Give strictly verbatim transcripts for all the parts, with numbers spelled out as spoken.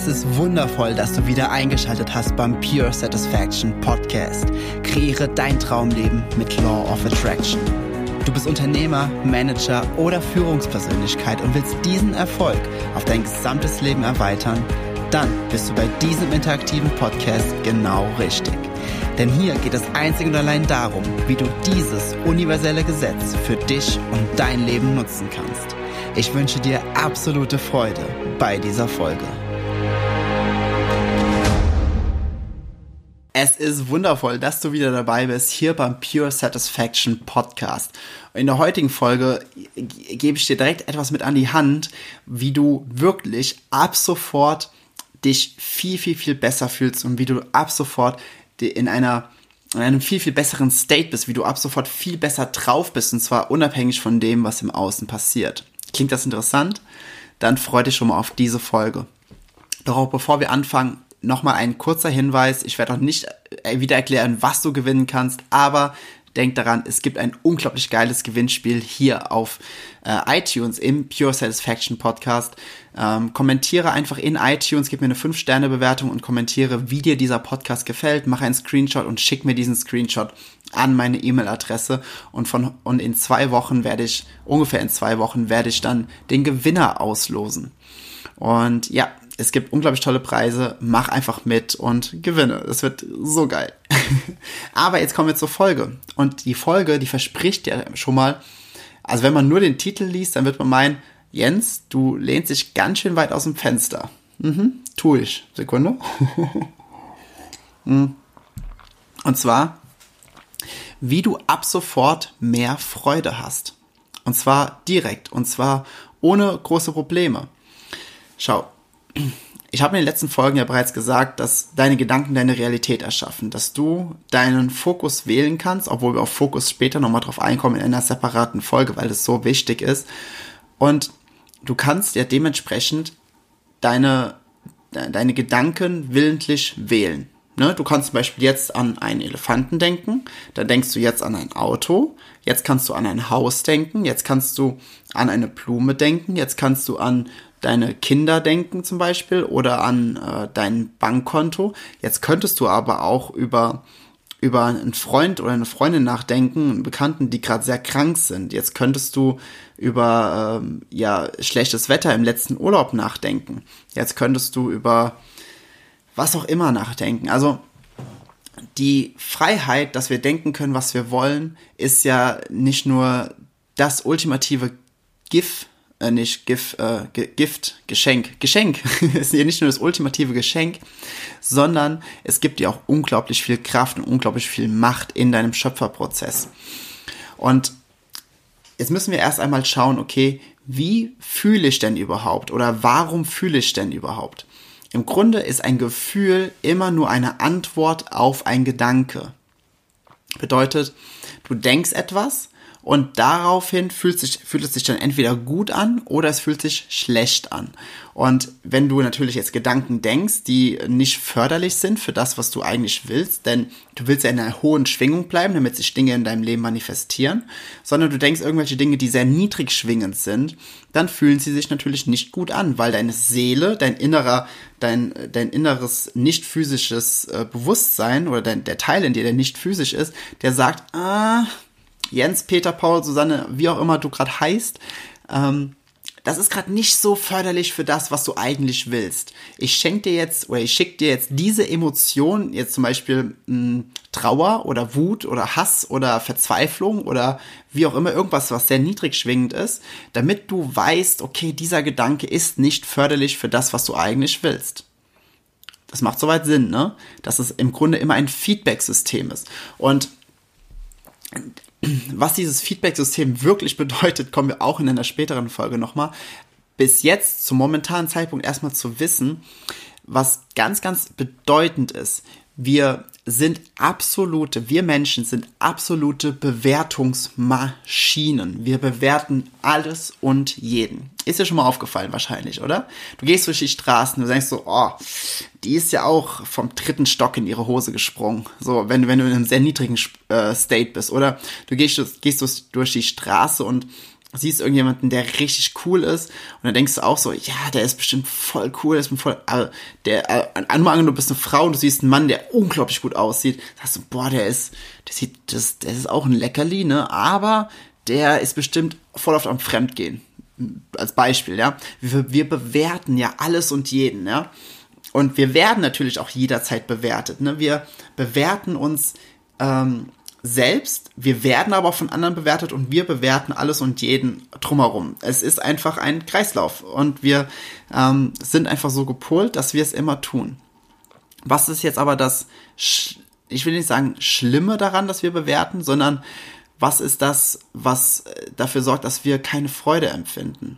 Es ist wundervoll, dass du wieder eingeschaltet hast beim Pure Satisfaction Podcast. Kreiere dein Traumleben mit Law of Attraction. Du bist Unternehmer, Manager oder Führungspersönlichkeit und willst diesen Erfolg auf dein gesamtes Leben erweitern? Dann bist du bei diesem interaktiven Podcast genau richtig. Denn hier geht es einzig und allein darum, wie du dieses universelle Gesetz für dich und dein Leben nutzen kannst. Ich wünsche dir absolute Freude bei dieser Folge. Es ist wundervoll, dass du wieder dabei bist, hier beim Pure Satisfaction Podcast. In der heutigen Folge gebe ich dir direkt etwas mit an die Hand, wie du wirklich ab sofort dich viel, viel, viel besser fühlst und wie du ab sofort in einer in einem viel, viel besseren State bist, wie du ab sofort viel besser drauf bist, und zwar unabhängig von dem, was im Außen passiert. Klingt das interessant? Dann freu dich schon mal auf diese Folge. Doch auch bevor wir anfangen, nochmal ein kurzer Hinweis. Ich werde auch nicht wieder erklären, was du gewinnen kannst, aber denk daran, es gibt ein unglaublich geiles Gewinnspiel hier auf äh, iTunes im Pure Satisfaction Podcast. Ähm, kommentiere einfach in iTunes, gib mir eine fünf Sterne Bewertung und kommentiere, wie dir dieser Podcast gefällt. Mache einen Screenshot und schick mir diesen Screenshot an meine E-Mail-Adresse und von und in zwei Wochen werde ich, ungefähr in zwei Wochen werde ich dann den Gewinner auslosen. Und ja, es gibt unglaublich tolle Preise, mach einfach mit und gewinne. Das wird so geil. Aber jetzt kommen wir zur Folge. Und die Folge, die verspricht ja schon mal, also wenn man nur den Titel liest, dann wird man meinen, Jens, du lehnst dich ganz schön weit aus dem Fenster. Mhm, tu ich. Sekunde. Und zwar, wie du ab sofort mehr Freude hast. Und zwar direkt. Und zwar ohne große Probleme. Schau. Ich habe in den letzten Folgen ja bereits gesagt, dass deine Gedanken deine Realität erschaffen, dass du deinen Fokus wählen kannst, obwohl wir auf Fokus später nochmal drauf einkommen in einer separaten Folge, weil es so wichtig ist. Und du kannst ja dementsprechend deine, deine Gedanken willentlich wählen. Ne? Du kannst zum Beispiel jetzt an einen Elefanten denken, dann denkst du jetzt an ein Auto, jetzt kannst du an ein Haus denken, jetzt kannst du an eine Blume denken, jetzt kannst du an deine Kinder denken zum Beispiel oder an äh, dein Bankkonto. Jetzt könntest du aber auch über, über einen Freund oder eine Freundin nachdenken, einen Bekannten, die gerade sehr krank sind. Jetzt könntest du über ähm, ja schlechtes Wetter im letzten Urlaub nachdenken. Jetzt könntest du über was auch immer nachdenken. Also die Freiheit, dass wir denken können, was wir wollen, ist ja nicht nur das ultimative Gift, Äh, nicht Gif, äh, Gift, Geschenk. Geschenk ist ja nicht nur das ultimative Geschenk, sondern es gibt dir auch unglaublich viel Kraft und unglaublich viel Macht in deinem Schöpferprozess. Und jetzt müssen wir erst einmal schauen, okay, wie fühle ich denn überhaupt oder warum fühle ich denn überhaupt? Im Grunde ist ein Gefühl immer nur eine Antwort auf ein Gedanke. Bedeutet, du denkst etwas, und daraufhin fühlt, sich, fühlt es sich dann entweder gut an oder es fühlt sich schlecht an. Und wenn du natürlich jetzt Gedanken denkst, die nicht förderlich sind für das, was du eigentlich willst, denn du willst ja in einer hohen Schwingung bleiben, damit sich Dinge in deinem Leben manifestieren, sondern du denkst irgendwelche Dinge, die sehr niedrig schwingend sind, dann fühlen sie sich natürlich nicht gut an, weil deine Seele, dein innerer, dein, dein inneres nicht physisches äh, Bewusstsein oder dein, der Teil in dir, der nicht physisch ist, der sagt, ah, Jens, Peter, Paul, Susanne, wie auch immer du gerade heißt, ähm, das ist gerade nicht so förderlich für das, was du eigentlich willst. Ich schenke dir jetzt oder ich schicke dir jetzt diese Emotion, jetzt zum Beispiel mh, Trauer oder Wut oder Hass oder Verzweiflung oder wie auch immer, irgendwas, was sehr niedrig schwingend ist, damit du weißt, okay, dieser Gedanke ist nicht förderlich für das, was du eigentlich willst. Das macht soweit Sinn, ne? Dass es im Grunde immer ein Feedback-System ist. Und was dieses Feedback-System wirklich bedeutet, kommen wir auch in einer späteren Folge nochmal. Bis jetzt, zum momentanen Zeitpunkt, erstmal zu wissen, was ganz, ganz bedeutend ist. Wir sind absolute, wir Menschen sind absolute Bewertungsmaschinen. Wir bewerten alles und jeden. Ist dir schon mal aufgefallen wahrscheinlich, oder? Du gehst durch die Straßen, du denkst so, oh, die ist ja auch vom dritten Stock in ihre Hose gesprungen. So, wenn, wenn du in einem sehr niedrigen äh, State bist. Oder du gehst, gehst durch, durch die Straße und siehst irgendjemanden, der richtig cool ist und dann denkst du auch so, ja, der ist bestimmt voll cool, der ist voll, äh, der, äh, angenommen, du bist eine Frau und du siehst einen Mann, der unglaublich gut aussieht, sagst du, boah, der ist, der sieht, das, das ist auch ein Leckerli, ne, aber der ist bestimmt voll oft am Fremdgehen, als Beispiel, ja, wir, wir bewerten ja alles und jeden, ja, und wir werden natürlich auch jederzeit bewertet, ne, wir bewerten uns, ähm, selbst, wir werden aber auch von anderen bewertet und wir bewerten alles und jeden drumherum. Es ist einfach ein Kreislauf und wir ähm, sind einfach so gepolt, dass wir es immer tun. Was ist jetzt aber das, ich will nicht sagen Schlimme daran, dass wir bewerten, sondern was ist das, was dafür sorgt, dass wir keine Freude empfinden?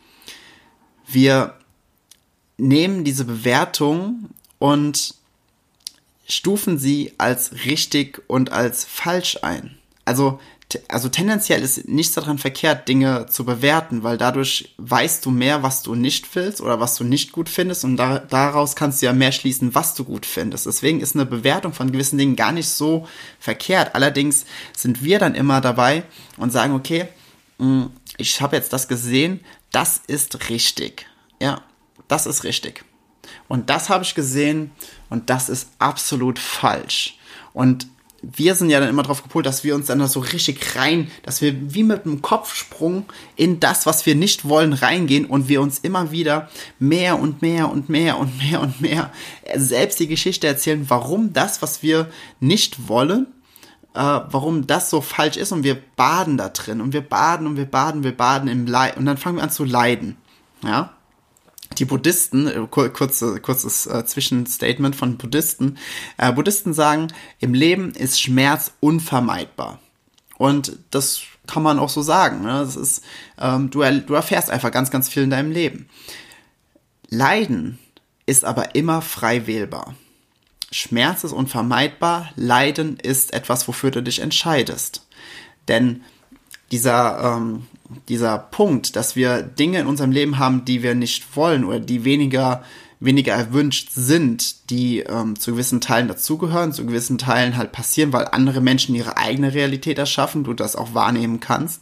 Wir nehmen diese Bewertung und stufen sie als richtig und als falsch ein. Also, also tendenziell ist nichts daran verkehrt, Dinge zu bewerten, weil dadurch weißt du mehr, was du nicht willst oder was du nicht gut findest und da, daraus kannst du ja mehr schließen, was du gut findest. Deswegen ist eine Bewertung von gewissen Dingen gar nicht so verkehrt. Allerdings sind wir dann immer dabei und sagen, okay, ich habe jetzt das gesehen, das ist richtig. Ja, das ist richtig. Und das habe ich gesehen und das ist absolut falsch. Und wir sind ja dann immer drauf gepolt, dass wir uns dann da so richtig rein, dass wir wie mit einem Kopfsprung in das, was wir nicht wollen, reingehen und wir uns immer wieder mehr und mehr und mehr und mehr und mehr selbst die Geschichte erzählen, warum das, was wir nicht wollen, äh, warum das so falsch ist und wir baden da drin und wir baden und wir baden, wir baden im Leid und dann fangen wir an zu leiden, ja. Die Buddhisten, kurze, kurzes äh, Zwischenstatement von Buddhisten, äh, Buddhisten sagen, im Leben ist Schmerz unvermeidbar. Und das kann man auch so sagen. Ne? Das ist, ähm, du, er, du erfährst einfach ganz, ganz viel in deinem Leben. Leiden ist aber immer frei wählbar. Schmerz ist unvermeidbar, Leiden ist etwas, wofür du dich entscheidest. Denn dieser, ähm, dieser Punkt, dass wir Dinge in unserem Leben haben, die wir nicht wollen oder die weniger, weniger erwünscht sind, die ähm, zu gewissen Teilen dazugehören, zu gewissen Teilen halt passieren, weil andere Menschen ihre eigene Realität erschaffen, du das auch wahrnehmen kannst.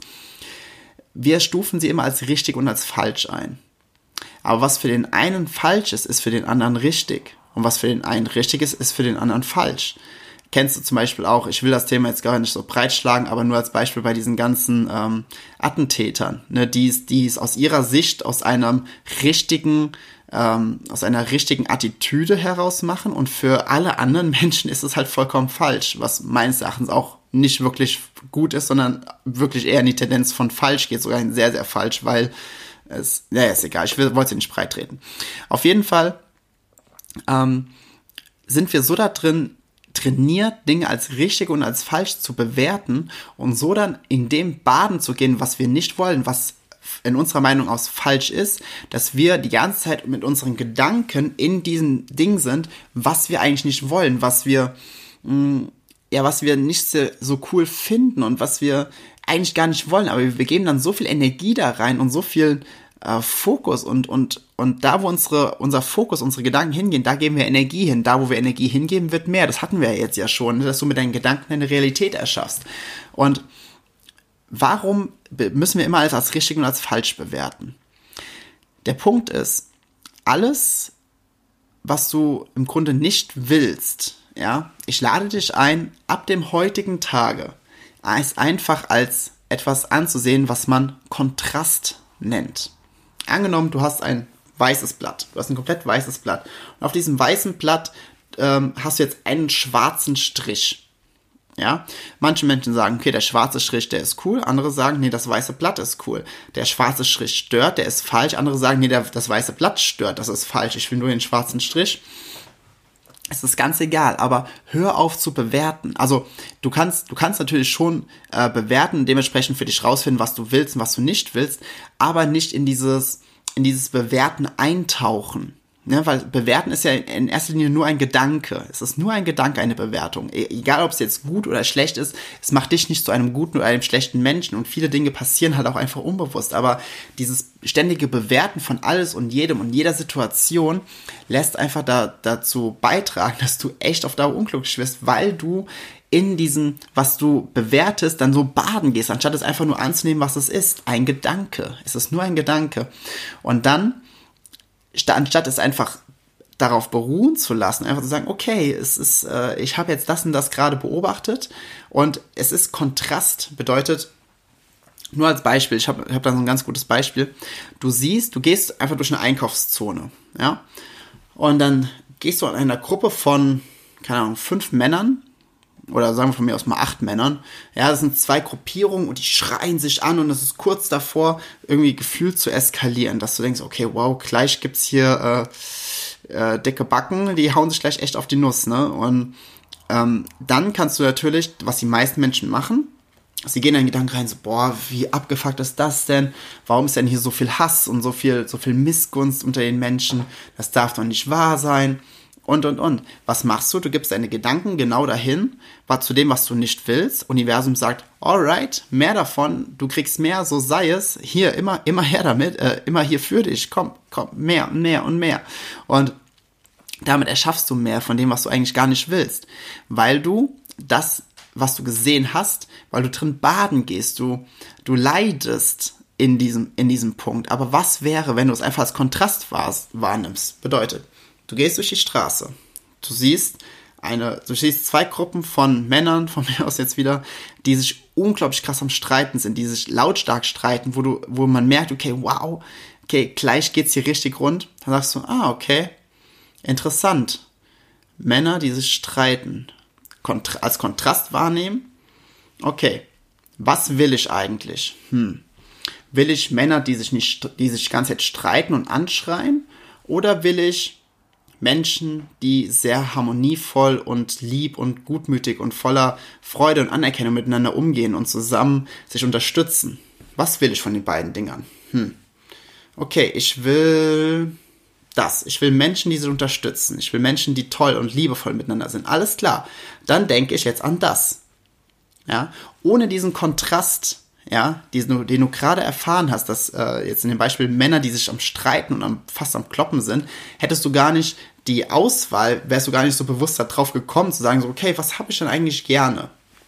Wir stufen sie immer als richtig und als falsch ein. Aber was für den einen falsch ist, ist für den anderen richtig. Und was für den einen richtig ist, ist für den anderen falsch. Kennst du zum Beispiel auch, ich will das Thema jetzt gar nicht so breit schlagen, aber nur als Beispiel bei diesen ganzen ähm, Attentätern, ne, die es, die es aus ihrer Sicht aus einem richtigen, ähm, aus einer richtigen Attitüde heraus machen und für alle anderen Menschen ist es halt vollkommen falsch, was meines Erachtens auch nicht wirklich gut ist, sondern wirklich eher in die Tendenz von falsch geht, sogar in sehr, sehr falsch, weil es, naja, ist egal, ich will, wollte es nicht breit treten. Auf jeden Fall ähm, sind wir so da drin, trainiert, Dinge als richtig und als falsch zu bewerten und so dann in dem baden zu gehen, was wir nicht wollen, was in unserer Meinung aus falsch ist, dass wir die ganze Zeit mit unseren Gedanken in diesem Ding sind, was wir eigentlich nicht wollen, was wir, mh, ja, was wir nicht so, so cool finden und was wir eigentlich gar nicht wollen, aber wir geben dann so viel Energie da rein und so viel äh, Fokus und, und, und da, wo unsere, unser Fokus, unsere Gedanken hingehen, da geben wir Energie hin. Da, wo wir Energie hingeben, wird mehr. Das hatten wir ja jetzt ja schon, dass du mit deinen Gedanken eine Realität erschaffst. Und warum müssen wir immer alles als richtig und als falsch bewerten? Der Punkt ist, alles, was du im Grunde nicht willst, ja, ich lade dich ein, ab dem heutigen Tage es einfach als etwas anzusehen, was man Kontrast nennt. Angenommen, du hast ein weißes Blatt. Du hast ein komplett weißes Blatt. Und auf diesem weißen Blatt ähm, hast du jetzt einen schwarzen Strich. Ja? Manche Menschen sagen, okay, der schwarze Strich, der ist cool. Andere sagen, nee, das weiße Blatt ist cool. Der schwarze Strich stört, der ist falsch. Andere sagen, nee, der, das weiße Blatt stört, das ist falsch. Ich will nur den schwarzen Strich. Es ist ganz egal, aber hör auf zu bewerten. Also du kannst, du kannst natürlich schon äh, bewerten und dementsprechend für dich rausfinden, was du willst und was du nicht willst, aber nicht in dieses, in dieses Bewerten eintauchen. Ne, weil bewerten ist ja in erster Linie nur ein Gedanke. Es ist nur ein Gedanke, eine Bewertung. E- egal, ob es jetzt gut oder schlecht ist, es macht dich nicht zu einem guten oder einem schlechten Menschen. Und viele Dinge passieren halt auch einfach unbewusst. Aber dieses ständige Bewerten von alles und jedem und jeder Situation lässt einfach da, dazu beitragen, dass du echt auf Dauer unglücklich wirst, weil du in diesem, was du bewertest, dann so baden gehst, anstatt es einfach nur anzunehmen, was es ist. Ein Gedanke. Es ist nur ein Gedanke. Und dann, anstatt es einfach darauf beruhen zu lassen, einfach zu sagen, okay, es ist, äh, ich habe jetzt das und das gerade beobachtet und es ist Kontrast, bedeutet, nur als Beispiel, ich habe hab da so ein ganz gutes Beispiel, du siehst, du gehst einfach durch eine Einkaufszone, ja, und dann gehst du in einer Gruppe von, keine Ahnung, fünf Männern, oder sagen wir von mir aus mal acht Männern, ja, das sind zwei Gruppierungen und die schreien sich an und es ist kurz davor, irgendwie gefühlt zu eskalieren, dass du denkst, okay, wow, gleich gibt's hier äh, äh, dicke Backen, die hauen sich gleich echt auf die Nuss, ne, und ähm, dann kannst du natürlich, was die meisten Menschen machen, sie gehen in den Gedanken rein, so, boah, wie abgefuckt ist das denn? Warum ist denn hier so viel Hass und so viel, so viel Missgunst unter den Menschen? Das darf doch nicht wahr sein. Und, und, und. Was machst du? Du gibst deine Gedanken genau dahin, was zu dem, was du nicht willst. Universum sagt, alright, mehr davon, du kriegst mehr, so sei es. Hier, immer, immer her damit, äh, immer hier für dich. Komm, komm, mehr und mehr und mehr. Und damit erschaffst du mehr von dem, was du eigentlich gar nicht willst. Weil du das, was du gesehen hast, weil du drin baden gehst, du, du leidest in diesem, in diesem Punkt. Aber was wäre, wenn du es einfach als Kontrast wahr, wahrnimmst? Bedeutet, du gehst durch die Straße, du siehst eine, du siehst zwei Gruppen von Männern, von mir aus jetzt wieder, die sich unglaublich krass am Streiten sind, die sich lautstark streiten, wo du, wo man merkt, okay, wow, okay, gleich geht's hier richtig rund. Dann sagst du, ah, okay, interessant. Männer, die sich streiten, kontra- als Kontrast wahrnehmen. Okay, was will ich eigentlich? Hm. Will ich Männer, die sich nicht, die sich die ganze Zeit streiten und anschreien? Oder will ich Menschen, die sehr harmonievoll und lieb und gutmütig und voller Freude und Anerkennung miteinander umgehen und zusammen sich unterstützen? Was will ich von den beiden Dingern? Hm. Okay, ich will das. Ich will Menschen, die sich unterstützen. Ich will Menschen, die toll und liebevoll miteinander sind. Alles klar. Dann denke ich jetzt an das. Ja, ohne diesen Kontrast, ja, diesen, den du gerade erfahren hast, dass äh, jetzt in dem Beispiel Männer, die sich am Streiten und am, fast am Kloppen sind, hättest du gar nicht die Auswahl, wärst du gar nicht so bewusst darauf gekommen, zu sagen so, okay, was habe ich denn eigentlich gerne?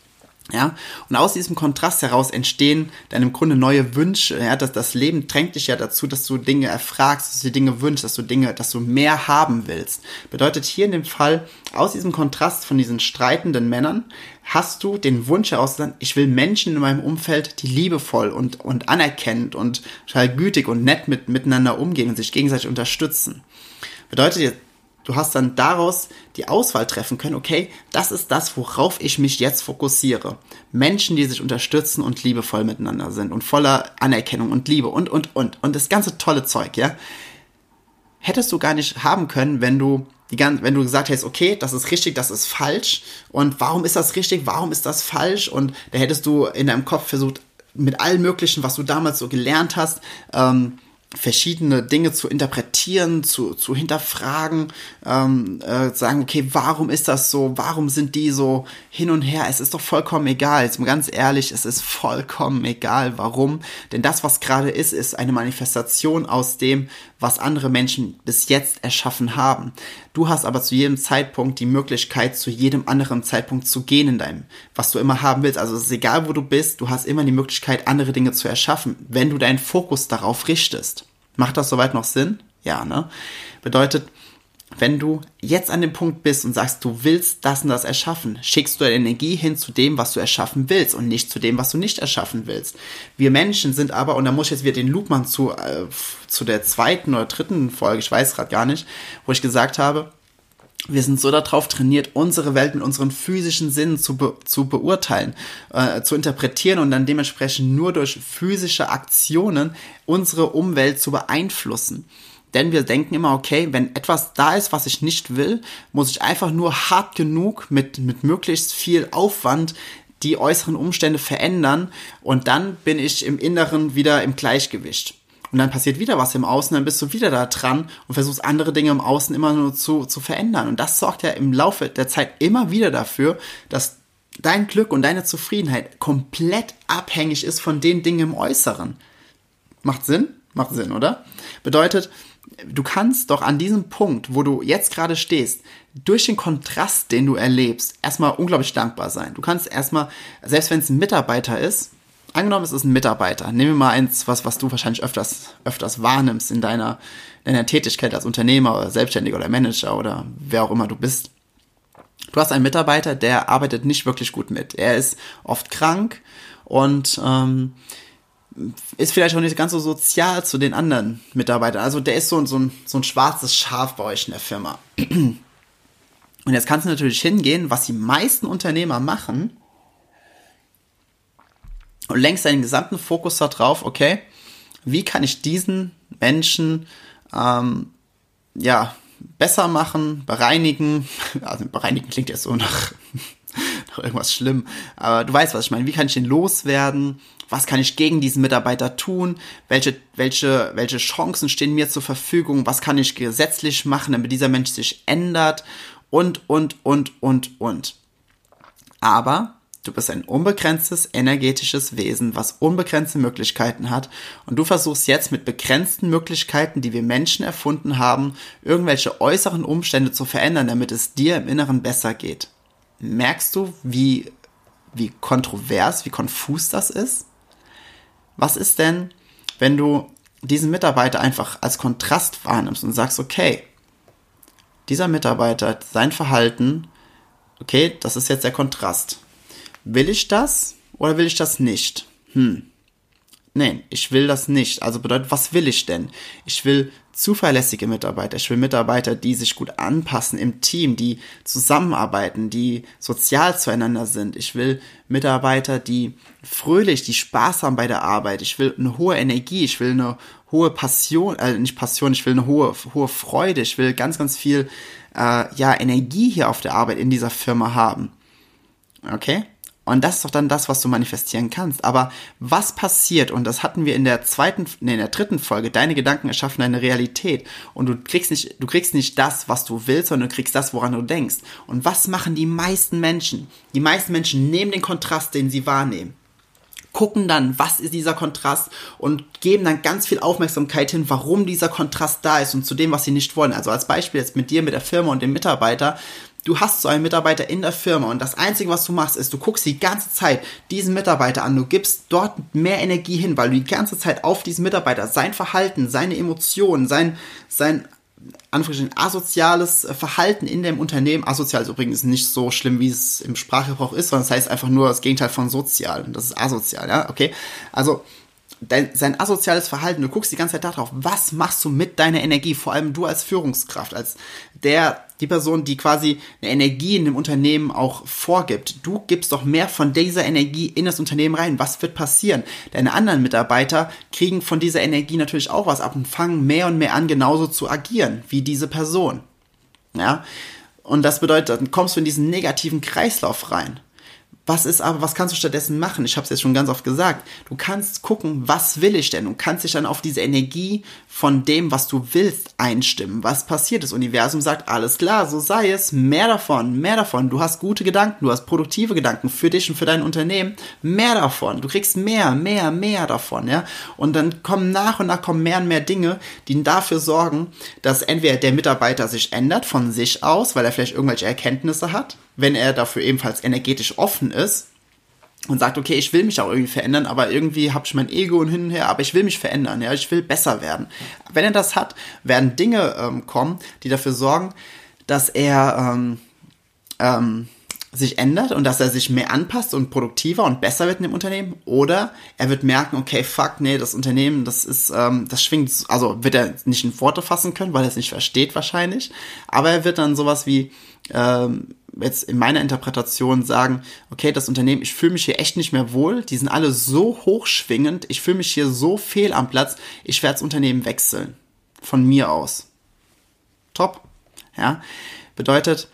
Ja, und aus diesem Kontrast heraus entstehen dann im Grunde neue Wünsche, ja, dass das Leben drängt dich ja dazu, dass du Dinge erfragst, dass du dir Dinge wünschst, dass du Dinge, dass du mehr haben willst. Bedeutet hier in dem Fall, aus diesem Kontrast von diesen streitenden Männern, hast du den Wunsch heraus, ich will Menschen in meinem Umfeld, die liebevoll und, und anerkennend und total gütig und nett mit, miteinander umgehen und sich gegenseitig unterstützen. Bedeutet jetzt, du hast dann daraus die Auswahl treffen können, okay, das ist das, worauf ich mich jetzt fokussiere. Menschen, die sich unterstützen und liebevoll miteinander sind und voller Anerkennung und Liebe und, und, und. Und das ganze tolle Zeug, ja. Hättest du gar nicht haben können, wenn du die ganze, wenn du gesagt hättest, okay, das ist richtig, das ist falsch. Und warum ist das richtig, warum ist das falsch? Und da hättest du in deinem Kopf versucht, mit allem Möglichen, was du damals so gelernt hast, ähm, verschiedene Dinge zu interpretieren, zu, zu hinterfragen, ähm, äh, sagen, okay, warum ist das so, warum sind die so hin und her, es ist doch vollkommen egal, jetzt mal ganz ehrlich, es ist vollkommen egal, warum, denn das, was gerade ist, ist eine Manifestation aus dem, was andere Menschen bis jetzt erschaffen haben. Du hast aber zu jedem Zeitpunkt die Möglichkeit, zu jedem anderen Zeitpunkt zu gehen in deinem, was du immer haben willst, also es ist egal, wo du bist, du hast immer die Möglichkeit, andere Dinge zu erschaffen, wenn du deinen Fokus darauf richtest. Macht das soweit noch Sinn? Ja, ne? Bedeutet, wenn du jetzt an dem Punkt bist und sagst, du willst das und das erschaffen, schickst du deine Energie hin zu dem, was du erschaffen willst und nicht zu dem, was du nicht erschaffen willst. Wir Menschen sind aber, und da muss ich jetzt wieder den Loop machen zu, äh, zu der zweiten oder dritten Folge, ich weiß gerade gar nicht, wo ich gesagt habe, wir sind so darauf trainiert, unsere Welt mit unseren physischen Sinnen zu, be- zu beurteilen, äh, zu interpretieren und dann dementsprechend nur durch physische Aktionen unsere Umwelt zu beeinflussen. Denn wir denken immer, okay, wenn etwas da ist, was ich nicht will, muss ich einfach nur hart genug mit, mit möglichst viel Aufwand die äußeren Umstände verändern und dann bin ich im Inneren wieder im Gleichgewicht. Und dann passiert wieder was im Außen, dann bist du wieder da dran und versuchst andere Dinge im Außen immer nur zu, zu verändern. Und das sorgt ja im Laufe der Zeit immer wieder dafür, dass dein Glück und deine Zufriedenheit komplett abhängig ist von den Dingen im Äußeren. Macht Sinn? Macht Sinn, oder? Bedeutet, du kannst doch an diesem Punkt, wo du jetzt gerade stehst, durch den Kontrast, den du erlebst, erstmal unglaublich dankbar sein. Du kannst erstmal, selbst wenn es ein Mitarbeiter ist, angenommen, es ist ein Mitarbeiter, nehmen wir mal eins, was, was du wahrscheinlich öfters, öfters wahrnimmst in deiner, in deiner Tätigkeit als Unternehmer oder Selbstständiger oder Manager oder wer auch immer du bist. Du hast einen Mitarbeiter, der arbeitet nicht wirklich gut mit. Er ist oft krank und ähm, ist vielleicht auch nicht ganz so sozial zu den anderen Mitarbeitern. Also der ist so, so, ein, so ein schwarzes Schaf bei euch in der Firma. Und jetzt kannst du natürlich hingehen, was die meisten Unternehmer machen, und lenkst deinen gesamten Fokus darauf, okay, wie kann ich diesen Menschen ähm, ja besser machen, bereinigen, also bereinigen klingt jetzt so nach, nach irgendwas schlimm, aber du weißt, was ich meine, wie kann ich den loswerden, was kann ich gegen diesen Mitarbeiter tun, welche, welche, welche Chancen stehen mir zur Verfügung, was kann ich gesetzlich machen, damit dieser Mensch sich ändert und, und, und, und, und. Aber du bist ein unbegrenztes, energetisches Wesen, was unbegrenzte Möglichkeiten hat und du versuchst jetzt mit begrenzten Möglichkeiten, die wir Menschen erfunden haben, irgendwelche äußeren Umstände zu verändern, damit es dir im Inneren besser geht. Merkst du, wie, wie kontrovers, wie konfus das ist? Was ist denn, wenn du diesen Mitarbeiter einfach als Kontrast wahrnimmst und sagst, okay, dieser Mitarbeiter, sein Verhalten, okay, das ist jetzt der Kontrast. Will ich das oder will ich das nicht? Hm. Nein, ich will das nicht. Also bedeutet, was will ich denn? Ich will zuverlässige Mitarbeiter. Ich will Mitarbeiter, die sich gut anpassen im Team, die zusammenarbeiten, die sozial zueinander sind. Ich will Mitarbeiter, die fröhlich, die Spaß haben bei der Arbeit. Ich will eine hohe Energie. Ich will eine hohe Passion, äh, nicht Passion, ich will eine hohe, hohe Freude. Ich will ganz, ganz viel äh, ja, Energie hier auf der Arbeit in dieser Firma haben. Okay? Und das ist doch dann das, was du manifestieren kannst. Aber was passiert, und das hatten wir in der zweiten, nee, in der dritten Folge, deine Gedanken erschaffen deine Realität. Und du kriegst nicht, du kriegst nicht das, was du willst, sondern du kriegst das, woran du denkst. Und was machen die meisten Menschen? Die meisten Menschen nehmen den Kontrast, den sie wahrnehmen, gucken dann, was ist dieser Kontrast und geben dann ganz viel Aufmerksamkeit hin, warum dieser Kontrast da ist und zu dem, was sie nicht wollen. Also als Beispiel jetzt mit dir, mit der Firma und dem Mitarbeiter. Du hast so einen Mitarbeiter in der Firma und das Einzige, was du machst, ist, du guckst die ganze Zeit diesen Mitarbeiter an, du gibst dort mehr Energie hin, weil du die ganze Zeit auf diesen Mitarbeiter, sein Verhalten, seine Emotionen, sein, sein Anführungsstrichen asoziales Verhalten in dem Unternehmen, asozial ist übrigens nicht so schlimm, wie es im Sprachgebrauch ist, sondern das heißt einfach nur das Gegenteil von sozial, das ist asozial, ja, okay, also Dein, sein asoziales Verhalten, du guckst die ganze Zeit darauf, was machst du mit deiner Energie, vor allem du als Führungskraft, als der, die Person, die quasi eine Energie in dem Unternehmen auch vorgibt. Du gibst doch mehr von dieser Energie in das Unternehmen rein. Was wird passieren? Deine anderen Mitarbeiter kriegen von dieser Energie natürlich auch was ab und fangen mehr und mehr an, genauso zu agieren wie diese Person. Ja? Und das bedeutet, dann kommst du in diesen negativen Kreislauf rein. Was ist aber, was kannst du stattdessen machen? Ich habe es jetzt schon ganz oft gesagt. Du kannst gucken, was will ich denn? Du kannst dich dann auf diese Energie von dem, was du willst, einstimmen. Was passiert? Das Universum sagt, alles klar, so sei es. Mehr davon, mehr davon. Du hast gute Gedanken, du hast produktive Gedanken für dich und für dein Unternehmen. Mehr davon. Du kriegst mehr, mehr, mehr davon, ja. Und dann kommen nach und nach kommen mehr und mehr Dinge, die dafür sorgen, dass entweder der Mitarbeiter sich ändert von sich aus, weil er vielleicht irgendwelche Erkenntnisse hat, wenn er dafür ebenfalls energetisch offen ist und sagt, okay, ich will mich auch irgendwie verändern, aber irgendwie habe ich mein Ego und hin und her, aber ich will mich verändern, ja, ich will besser werden. Wenn er das hat, werden Dinge ähm, kommen, die dafür sorgen, dass er ähm, ähm, sich ändert und dass er sich mehr anpasst und produktiver und besser wird in dem Unternehmen, oder er wird merken, okay, fuck, nee, das Unternehmen, das ist, ähm, das schwingt, also wird er nicht in Worte fassen können, weil er es nicht versteht wahrscheinlich, aber er wird dann sowas wie, ähm, jetzt in meiner Interpretation sagen, okay, das Unternehmen, ich fühle mich hier echt nicht mehr wohl, die sind alle so hochschwingend, ich fühle mich hier so fehl am Platz, ich werde das Unternehmen wechseln. Von mir aus. Top. Ja, bedeutet,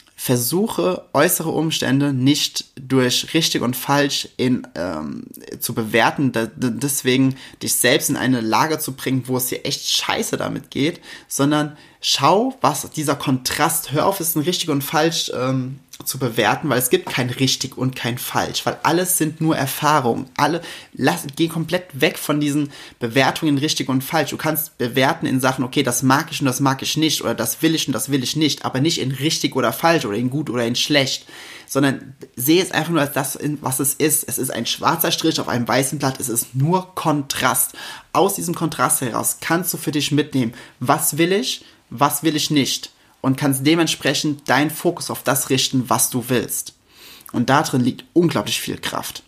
versuche äußere Umstände nicht durch richtig und falsch in, ähm, zu bewerten, da, deswegen dich selbst in eine Lage zu bringen, wo es dir echt scheiße damit geht, sondern schau, was dieser Kontrast, hör auf, es ist ein richtig und falsch ähm, zu bewerten, weil es gibt kein richtig und kein falsch, weil alles sind nur Erfahrungen. Alle, lass, geh komplett weg von diesen Bewertungen richtig und falsch. Du kannst bewerten in Sachen, okay, das mag ich und das mag ich nicht, oder das will ich und das will ich nicht, aber nicht in richtig oder falsch oder in gut oder in schlecht, sondern sehe es einfach nur als das, was es ist. Es ist ein schwarzer Strich auf einem weißen Blatt, es ist nur Kontrast. Aus diesem Kontrast heraus kannst du für dich mitnehmen, was will ich, was will ich nicht, und kannst dementsprechend deinen Fokus auf das richten, was du willst. Und darin liegt unglaublich viel Kraft.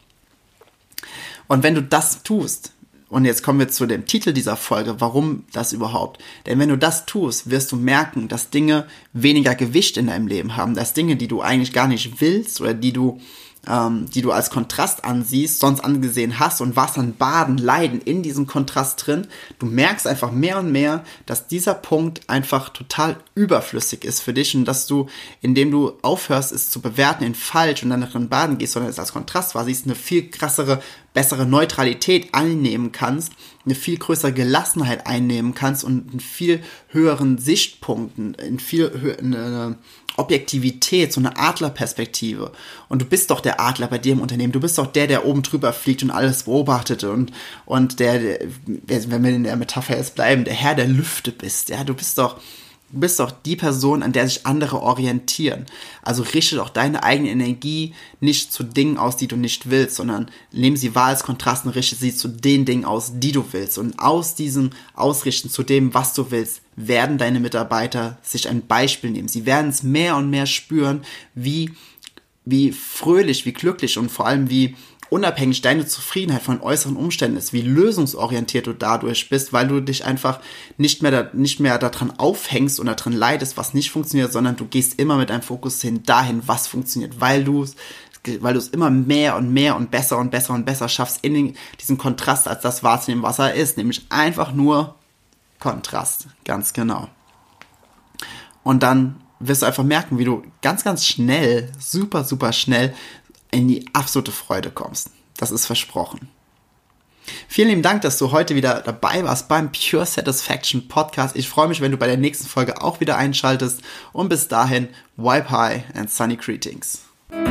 Und wenn du das tust, und jetzt kommen wir zu dem Titel dieser Folge, warum das überhaupt? Denn wenn du das tust, wirst du merken, dass Dinge weniger Gewicht in deinem Leben haben, dass Dinge, die du eigentlich gar nicht willst oder die du ähm, die du als Kontrast ansiehst, sonst angesehen hast und warst dann baden, leiden in diesem Kontrast drin, du merkst einfach mehr und mehr, dass dieser Punkt einfach total überflüssig ist für dich und dass du, indem du aufhörst, es zu bewerten in falsch und dann darin baden gehst, sondern es als Kontrast war, siehst, eine viel krassere, bessere Neutralität einnehmen kannst, eine viel größere Gelassenheit einnehmen kannst und einen viel höheren Sichtpunkten, in viel höhere Objektivität, so eine Adlerperspektive. Und du bist doch der Adler bei dir im Unternehmen. Du bist doch der, der oben drüber fliegt und alles beobachtet und, und der, der, wenn wir in der Metapher jetzt bleiben, der Herr der Lüfte bist. Ja, du bist doch, du bist doch die Person, an der sich andere orientieren. Also richte doch deine eigene Energie nicht zu Dingen aus, die du nicht willst, sondern nimm sie wahr als Kontrast und richte sie zu den Dingen aus, die du willst. Und aus diesem Ausrichten zu dem, was du willst, werden deine Mitarbeiter sich ein Beispiel nehmen. Sie werden es mehr und mehr spüren, wie, wie fröhlich, wie glücklich und vor allem wie unabhängig deine Zufriedenheit von äußeren Umständen ist, wie lösungsorientiert du dadurch bist, weil du dich einfach nicht mehr, da, nicht mehr daran aufhängst und daran leidest, was nicht funktioniert, sondern du gehst immer mit deinem Fokus hin dahin, was funktioniert, weil du weil du es immer mehr und mehr und besser und besser und besser schaffst, in den, diesen Kontrast als das wahrzunehmen, was er ist, nämlich einfach nur Kontrast, ganz genau. Und dann wirst du einfach merken, wie du ganz, ganz schnell, super, super schnell in die absolute Freude kommst. Das ist versprochen. Vielen lieben Dank, dass du heute wieder dabei warst beim Pure Satisfaction Podcast. Ich freue mich, wenn du bei der nächsten Folge auch wieder einschaltest. Und bis dahin, Vibe High and Sunny Greetings.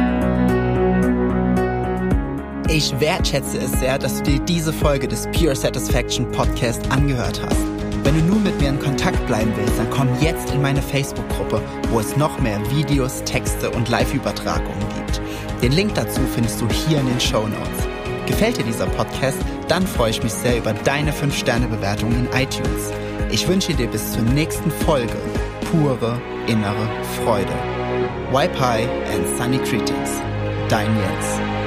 Ich wertschätze es sehr, dass du dir diese Folge des Pure Satisfaction Podcast angehört hast. Wenn du nun mit mir in Kontakt bleiben willst, dann komm jetzt in meine Facebook-Gruppe, wo es noch mehr Videos, Texte und Live-Übertragungen gibt. Den Link dazu findest du hier in den Shownotes. Gefällt dir dieser Podcast? Dann freue ich mich sehr über deine fünf Sterne Bewertung in iTunes. Ich wünsche dir bis zur nächsten Folge pure innere Freude. Vibe High and Sunny Greetings. Dein Jens.